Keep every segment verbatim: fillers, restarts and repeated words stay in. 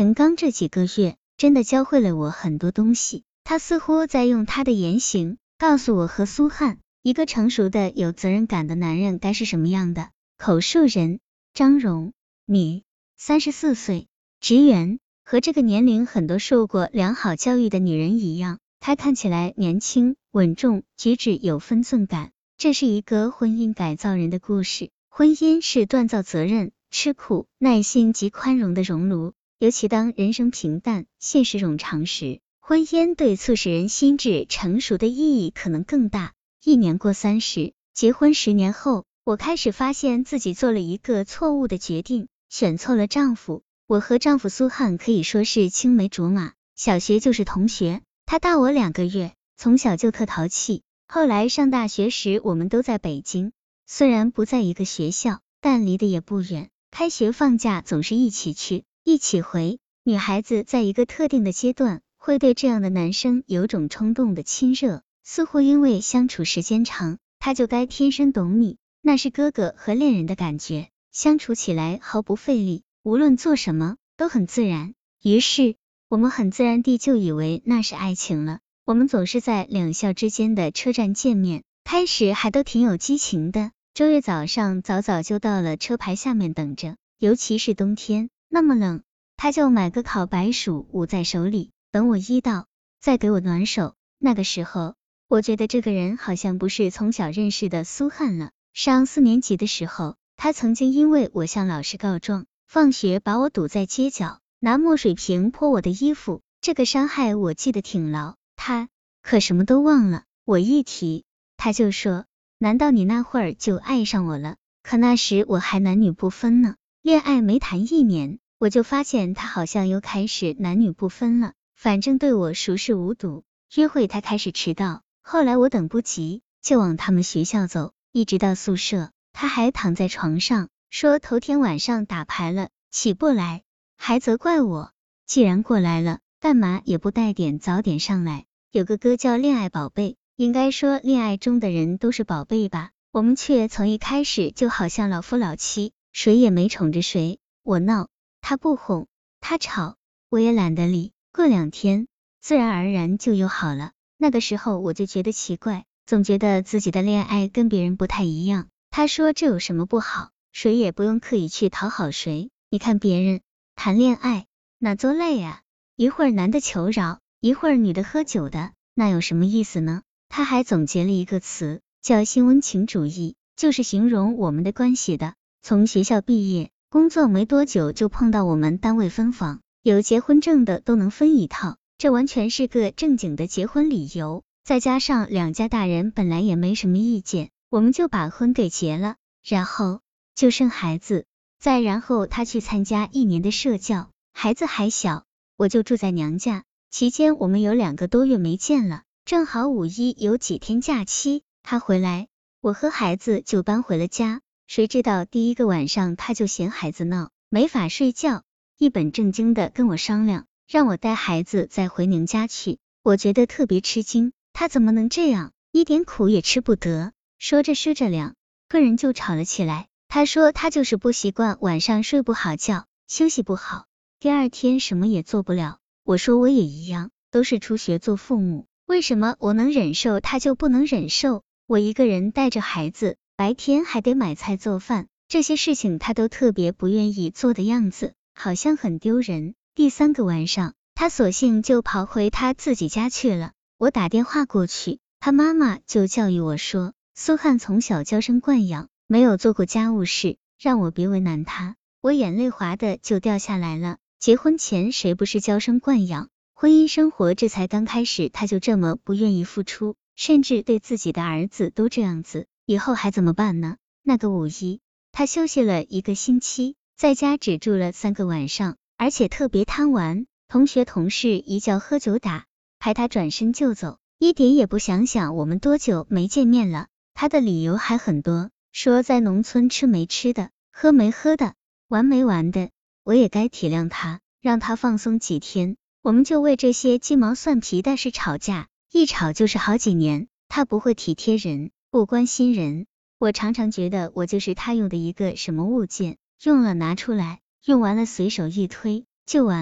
陈刚这几个月真的教会了我很多东西，他似乎在用他的言行告诉我和苏汉，一个成熟的有责任感的男人该是什么样的。口述人张荣，女，三十四岁，职员。和这个年龄很多受过良好教育的女人一样，她看起来年轻稳重，举止有分寸感。这是一个婚姻改造人的故事。婚姻是锻造责任、吃苦、耐心及宽容的熔炉，尤其当人生平淡、现实冗长时，婚姻对促使人心智成熟的意义可能更大。一年过三十，结婚十年后，我开始发现自己做了一个错误的决定，选错了丈夫。我和丈夫苏汉可以说是青梅竹马，小学就是同学，他大我两个月，从小就特淘气。后来上大学时，我们都在北京，虽然不在一个学校，但离得也不远，开学放假总是一起去，一起回。女孩子在一个特定的阶段，会对这样的男生有种冲动的亲热，似乎因为相处时间长，他就该天生懂你，那是哥哥和恋人的感觉，相处起来毫不费力，无论做什么都很自然。于是我们很自然地就以为那是爱情了。我们总是在两校之间的车站见面，开始还都挺有激情的。周日早上早早就到了车牌下面等着，尤其是冬天那么冷，他就买个烤白薯捂在手里，等我一到再给我暖手。那个时候我觉得这个人好像不是从小认识的苏汉了。上四年级的时候，他曾经因为我向老师告状，放学把我堵在街角，拿墨水瓶泼我的衣服，这个伤害我记得挺牢。他可什么都忘了，我一提他就说，难道你那会儿就爱上我了？可那时我还男女不分呢，恋爱没谈一年，我就发现他好像又开始男女不分了，反正对我熟视无睹。约会他开始迟到，后来我等不及，就往他们学校走，一直到宿舍，他还躺在床上，说头天晚上打牌了，起不来，还责怪我，既然过来了，干嘛也不带点早点上来。有个歌叫恋爱宝贝，应该说恋爱中的人都是宝贝吧，我们却从一开始就好像老夫老妻，谁也没宠着谁。我闹，他不哄，他吵，我也懒得理，过两天自然而然就又好了。那个时候我就觉得奇怪，总觉得自己的恋爱跟别人不太一样。他说这有什么不好，谁也不用刻意去讨好谁，你看别人谈恋爱哪做累啊，一会儿男的求饶，一会儿女的喝酒的，那有什么意思呢？他还总结了一个词叫新温情主义，就是形容我们的关系的。从学校毕业工作没多久，就碰到我们单位分房，有结婚证的都能分一套，这完全是个正经的结婚理由，再加上两家大人本来也没什么意见，我们就把婚给结了，然后就生孩子，再然后他去参加一年的社教，孩子还小，我就住在娘家。期间我们有两个多月没见了，正好五一有几天假期，他回来，我和孩子就搬回了家。谁知道第一个晚上他就嫌孩子闹，没法睡觉，一本正经的跟我商量，让我带孩子再回娘家去。我觉得特别吃惊，他怎么能这样，一点苦也吃不得。说着说着两个人就吵了起来，他说他就是不习惯晚上睡不好觉，休息不好，第二天什么也做不了。我说我也一样，都是初学做父母，为什么我能忍受他就不能忍受？我一个人带着孩子，白天还得买菜做饭，这些事情他都特别不愿意做的样子，好像很丢人。第三个晚上，他索性就跑回他自己家去了。我打电话过去，他妈妈就教育我说，苏汉从小娇生惯养，没有做过家务事，让我别为难他。我眼泪滑的就掉下来了。结婚前谁不是娇生惯养，婚姻生活这才刚开始他就这么不愿意付出，甚至对自己的儿子都这样子，以后还怎么办呢？那个五一他休息了一个星期，在家只住了三个晚上，而且特别贪玩，同学同事一叫喝酒打牌他转身就走，一点也不想想我们多久没见面了。他的理由还很多，说在农村吃没吃的，喝没喝的，玩没玩的，我也该体谅他，让他放松几天。我们就为这些鸡毛蒜皮的事吵架，一吵就是好几年。他不会体贴人，不关心人，我常常觉得我就是他用的一个什么物件，用了拿出来，用完了随手一推就完了。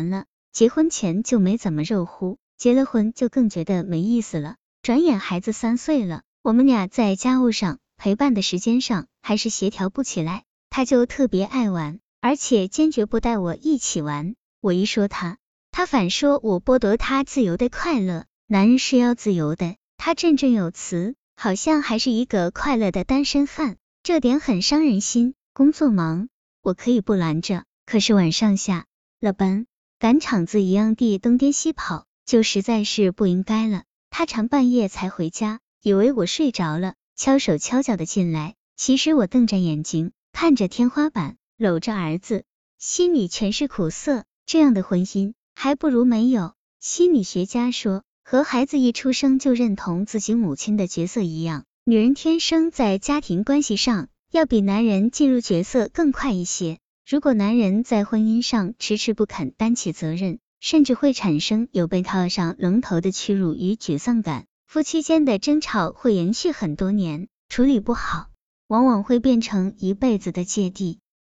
结婚前就没怎么肉乎，结了婚就更觉得没意思了。转眼孩子三岁了，我们俩在家务上、陪伴的时间上还是协调不起来，他就特别爱玩，而且坚决不带我一起玩。我一说他，他反说我剥夺他自由的快乐。男人是要自由的，他振振有词，好像还是一个快乐的单身汉，这点很伤人心。工作忙，我可以不拦着，可是晚上下了班，赶场子一样地东颠西跑，就实在是不应该了。他常半夜才回家，以为我睡着了，敲手敲脚的进来，其实我瞪着眼睛看着天花板，搂着儿子，心里全是苦涩。这样的婚姻还不如没有。心理学家说，和孩子一出生就认同自己母亲的角色一样，女人天生在家庭关系上要比男人进入角色更快一些。如果男人在婚姻上迟迟不肯担起责任，甚至会产生有被套上龙头的屈辱与沮丧感，夫妻间的争吵会延续很多年，处理不好，往往会变成一辈子的芥蒂。